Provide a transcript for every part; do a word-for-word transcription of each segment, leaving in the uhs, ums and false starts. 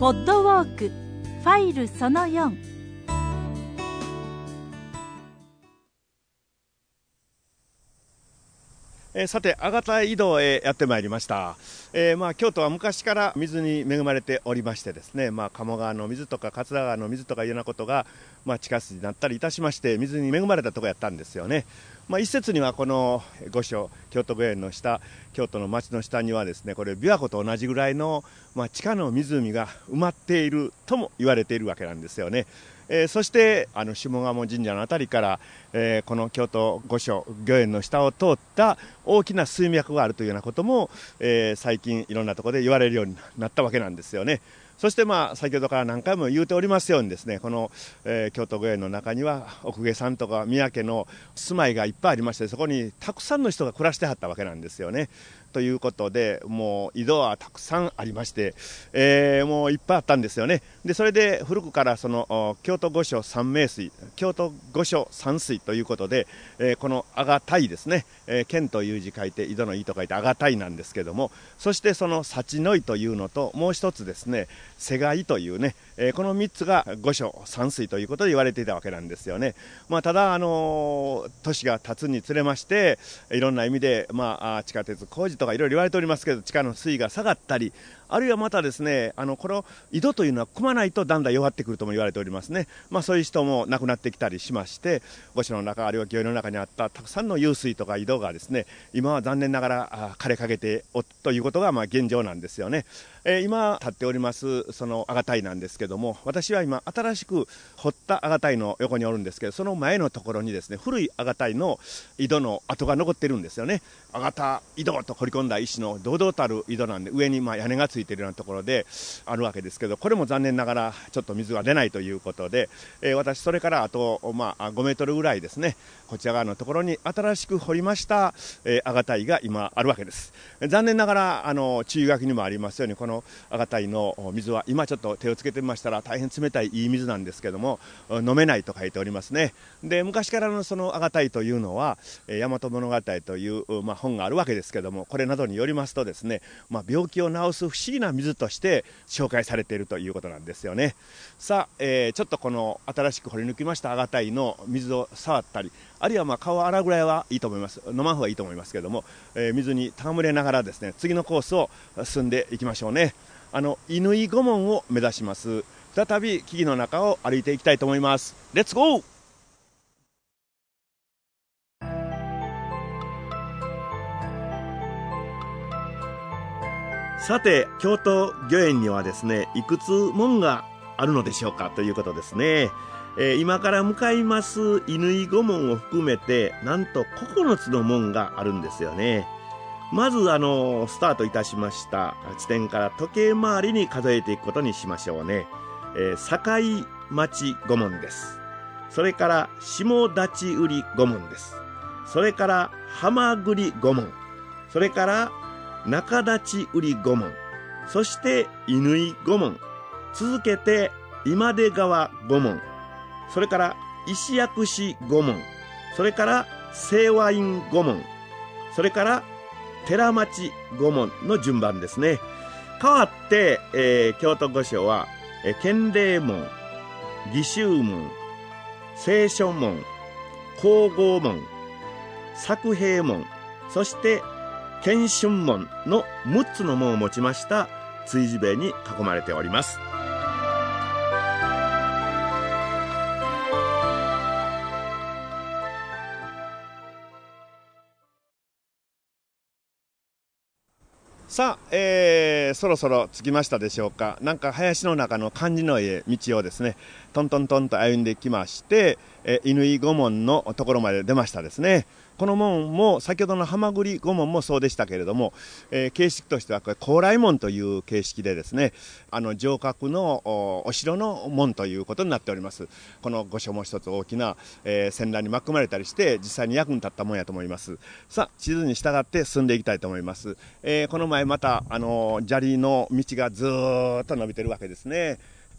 ポッドウォークファイルそのよん。 えー、さて、阿形井戸へやってまいりました。えー、まあ京都は昔から水に恵まれておりましてですね、まあ、鴨川の水とか桂川の水とかいうようなことが、まあ、地下水になったりいたしまして、水に恵まれたところやったんですよね。まあ、一説にはこの御所、京都御苑の下、京都の町の下にはですね、これ琵琶湖と同じぐらいの、まあ、地下の湖が埋まっているとも言われているわけなんですよね。えー、そしてあの下鴨神社のあたりから、えー、この京都御所御苑の下を通った大きな水脈があるというようなことも、えー、最近いろんなところで言われるようになったわけなんですよね。そしてまあ先ほどから何回も言うておりますようにですね、この、えー、京都御苑の中には奥下さんとか宮家の住まいがいっぱいありまして、そこにたくさんの人が暮らしてはったわけなんですよね。ということで、もう井戸はたくさんありまして、えー、もういっぱいあったんですよね。でそれで古くからその京都御所三名水、京都御所三水ということで、えー、この阿形井ですね、えー、剣という字書いて井戸の井と書いて阿形井なんですけども、そしてその幸の井というのともう一つですね、瀬賀井というね、えー、このみっつが御所三水ということで言われていたわけなんですよね。まあ、ただあのー、年が経つにつれましていろんな意味で、まあ、地下鉄工事とかいろいろ言われておりますけど、地下の水位が下がったり、あるいはまたですね、あのこの井戸というのは汲まないとだんだん弱ってくるとも言われておりますね。まあ、そういう人も亡くなってきたりしまして、御所の中あるいは御苑の中にあったたくさんの湧水とか井戸がですね、今は残念ながら枯れかけておということがまあ現状なんですよね。えー、今立っておりますその阿形井なんですけども、私は今新しく掘った阿形井の横におるんですけど、その前のところにですね、古い阿形井の井戸の跡が残ってるんですよね。阿形井戸と掘り込んだ石の堂々たる井戸なんで、上にまあ屋根がついているようなところであるわけですけど、これも残念ながらちょっと水が出ないということで、えー、私それからあと、まあ、ごメートルぐらいですね、こちら側のところに新しく掘りました、えー、阿形井が今あるわけです。残念ながらあの注意書きにもありますように、この阿形井の水は今ちょっと手をつけてみましたら大変冷たいいい水なんですけども、飲めないと書いておりますね。で昔からのその阿形井というのは大和物語という、まあ、本があるわけですけども、これなどによりますとですね、まあ、病気を治す不思議な水として紹介されているということなんですよね。さあ、えー、ちょっとこの新しく掘り抜きました阿形井の水を触ったり、あるいはまあ顔を洗うぐらいはいいと思います。飲まん方がいいと思いますけども、えー、水に戯れながらですね、次のコースを進んでいきましょうね。あの乾御門を目指します。再び木々の中を歩いていきたいと思います。レッツゴー。さて、京都御苑にはですね、いくつ門があるのでしょうかということですね。えー、今から向かいます乾御門を含めてなんとここのつの門があるんですよね。まずあのスタートいたしました地点から時計回りに数えていくことにしましょうね。えー、堺町御門です。それから下立売御門です。それから浜栗御門、それから中立売御門、そして乾御門、続けて今出川御門、それから石薬師御門、それから清和院御門、それから寺町御門の順番ですね。変わって、えー、京都御所は、えー、建礼門、義州門、清書門、皇后門、作平門、そして建春門のむっつの門を持ちました追事塀に囲まれております。さあ、えー、そろそろ着きましたでしょうか。なんか林の中の漢字の家道をですね、トントントンと歩んできまして、えー、乾御門のところまで出ましたですね。この門も先ほどの浜栗御門もそうでしたけれども、えー、形式としてはこれ高麗門という形式でですね、あの城郭の お, お城の門ということになっております。この御所も一つ大きな、えー、戦乱に巻き込まれたりして実際に役に立ったもんやと思います。さあ地図に従って進んでいきたいと思います。えー、この前またあの砂利の道がずーっと伸びてるわけですね。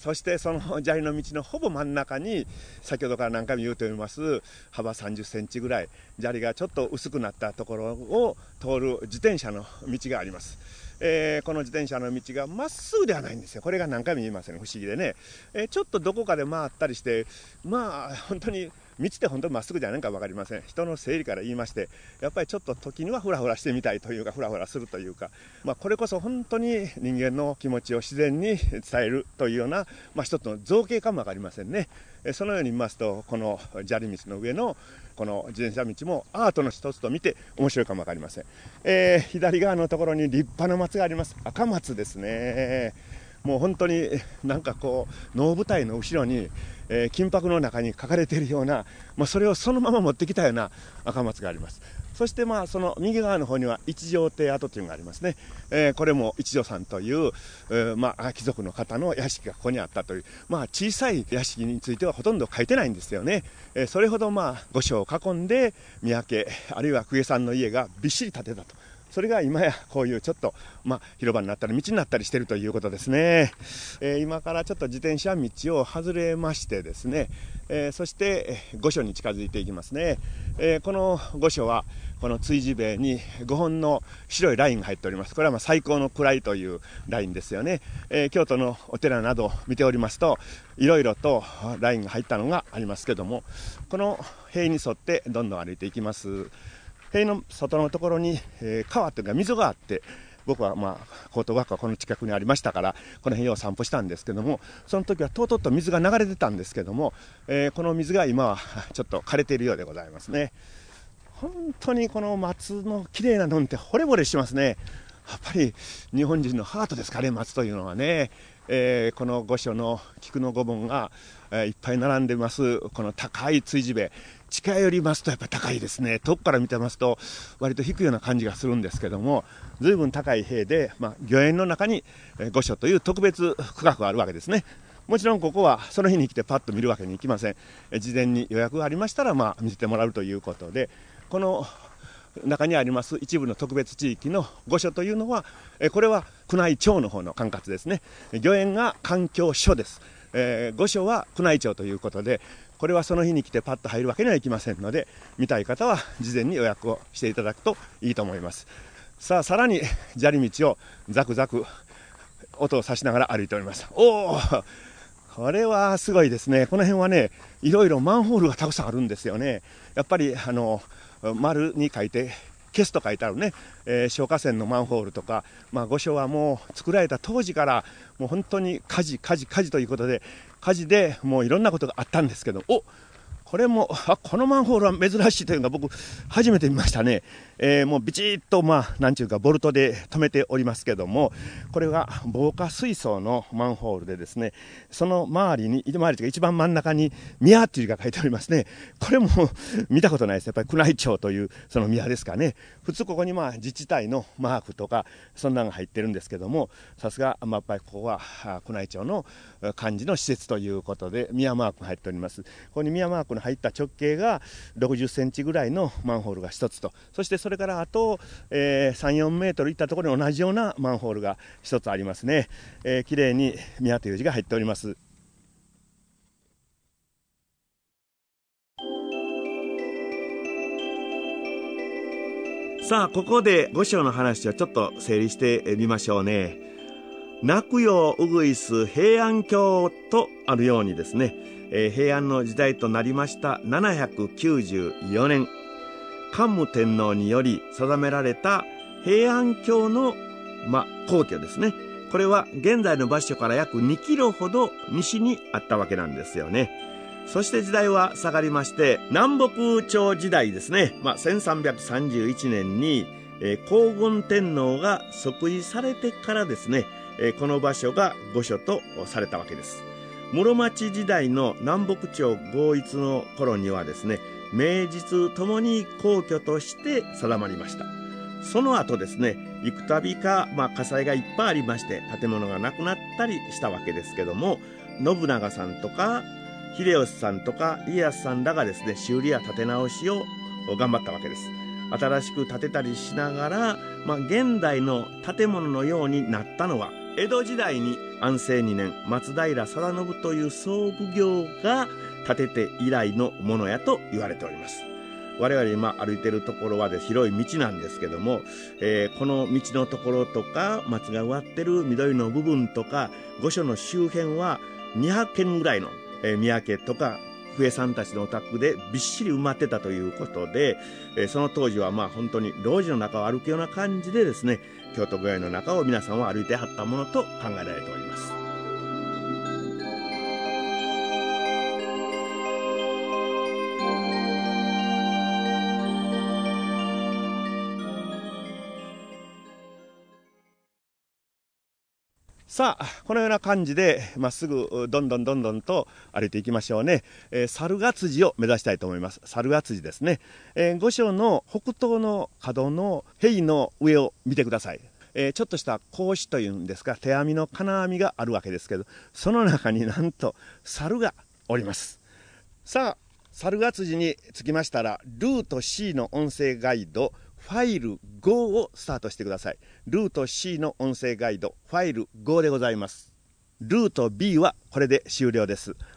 そしてその砂利の道のほぼ真ん中に、先ほどから何回も言うとおります幅さんじゅっセンチぐらい砂利がちょっと薄くなったところを通る自転車の道があります。えー、この自転車の道がまっすぐではないんですよ。これが何回も言いますね、不思議でね、えー、ちょっとどこかで回ったりして、まあ本当に道って本当にまっすぐじゃないか分かりません。人の整理から言いまして、やっぱりちょっと時にはフラフラしてみたいというか、フラフラするというか、まあ、これこそ本当に人間の気持ちを自然に伝えるというような、まあ、一つの造形かも分かりませんね。そのように見ますと、この砂利道の上のこの自転車道もアートの一つと見て面白いかも分かりません。えー、左側のところに立派な松があります。赤松ですね。もう本当になんかこう能舞台の後ろに、えー、金箔の中に書かれているような、まあ、それをそのまま持ってきたような赤松があります。そしてまあその右側の方には一条邸跡というのがありますね。えー、これも一条さんという、えー、まあ貴族の方の屋敷がここにあったという、まあ小さい屋敷についてはほとんど書いてないんですよね。えー、それほどまあ御所を囲んで宮家あるいは公家さんの家がびっしり建てたと。それが今やこういうちょっと、まあ、広場になったり道になったりしているということですね。えー、今からちょっと自転車道を外れましてですね、えー、そして御所に近づいていきますね。えー、この御所はこの追事塀にごほんの白いラインが入っております。これはまあ最高の位というラインですよね。えー、京都のお寺などを見ておりますと、いろいろとラインが入ったのがありますけども、この塀に沿ってどんどん歩いていきます。塀の外のところに、えー、川というか溝があって、僕はまあ高等学校はこの近くにありましたから、この辺を散歩したんですけども、その時はとうとうと水が流れてたんですけども、えー、この水が今はちょっと枯れているようでございますね。本当にこの松の綺麗なのって惚れ惚れしますね。やっぱり日本人のハートですかね、松というのはね。えー、この御所の菊の御紋が、えー、いっぱい並んでます。この高い追事塀、近寄りますとやっぱり高いですね。遠くから見てますと割と低いような感じがするんですけども、随分高い塀で、まあ、御苑の中に、えー、御所という特別区画があるわけですね。もちろんここはその日に来てパッと見るわけにいきません。えー、事前に予約がありましたら、まあ、見せてもらうということで、この中にあります一部の特別地域の御所というのは、えこれは宮内庁の方の管轄ですね。御苑が環境所です。えー、御所は宮内庁ということで、これはその日に来てパッと入るわけにはいきませんので、見たい方は事前に予約をしていただくといいと思います。さあ、さらに砂利道をザクザク音をさしながら歩いております。おー、これはすごいですね。この辺はね、いろいろマンホールがたくさんあるんですよね。やっぱりあの丸に書いて消すと書いてあるね、えー、消火栓のマンホールとか、まあ、御所はもう作られた当時からもう本当に火事火事火事ということで、火事でもういろんなことがあったんですけど、おこれもあこのマンホールは珍しいというのが僕初めて見ましたね。えー、もうビチッとまあなんちゅうかボルトで止めておりますけども、これが防火水槽のマンホールでですね、その周りに周りというか一番真ん中に宮っていう字が書いておりますね。これも見たことないです。やっぱり宮内庁というその宮ですかね。普通ここにまあ自治体のマークとかそんなのが入ってるんですけども、さすがまあやっぱりここは宮内庁の幹事の施設ということで宮マークが入っております。ここに宮マークの入った直径がろくじゅっセンチぐらいのマンホールが一つと、そしてそれからあと、えー、さん、よんメートルいったところに同じようなマンホールが一つありますね。えー、きれいに宮という字が入っております。さあ、ここで御所の話をちょっと整理してみましょうね。泣陽うぐいす平安京とあるようにですね、えー、平安の時代となりましたななひゃくきゅうじゅうよねん、桓武天皇により定められた平安京の、ま、皇居ですね。これは現在の場所から約にキロほど西にあったわけなんですよね。そして時代は下がりまして、南北朝時代ですね、まあ、せんさんびゃくさんじゅういちねんに、えー、光厳天皇が即位されてからですね、えー、この場所が御所とされたわけです。室町時代の南北朝合一の頃にはですね、名実ともに皇居として定まりました。その後ですね、幾度か、まあ、火災がいっぱいありまして、建物がなくなったりしたわけですけども、信長さんとか秀吉さんとか家康さんらがですね、修理や建て直しを頑張ったわけです。新しく建てたりしながら、まあ、現代の建物のようになったのは江戸時代に安政にねん、松平定信という総奉行が建てて以来のものやと言われております。我々今歩いてるところはで広い道なんですけども、えー、この道のところとか松が植わってる緑の部分とか御所の周辺はにひゃっけんぐらいの、えー、宮家とか笛さんたちのお宅でびっしり埋まってたということで、えー、その当時はまあ本当に路地の中を歩くような感じでですね、京都御苑の中を皆さんは歩いてはったものと考えられております。さあ、このような感じでまっすぐどんどんどんどんと歩いていきましょうね。えー、猿ヶ辻を目指したいと思います。猿ヶ辻ですね。えー、御所の北東の角の塀の上を見てください。えー、ちょっとした格子というんですか、手編みの金編みがあるわけですけど、その中になんと猿がおります。さあ、猿ヶ辻に着きましたら、ルート C の音声ガイドファイルごをスタートしてください。ルート C の音声ガイドファイルごでございます。ルート B はこれで終了です。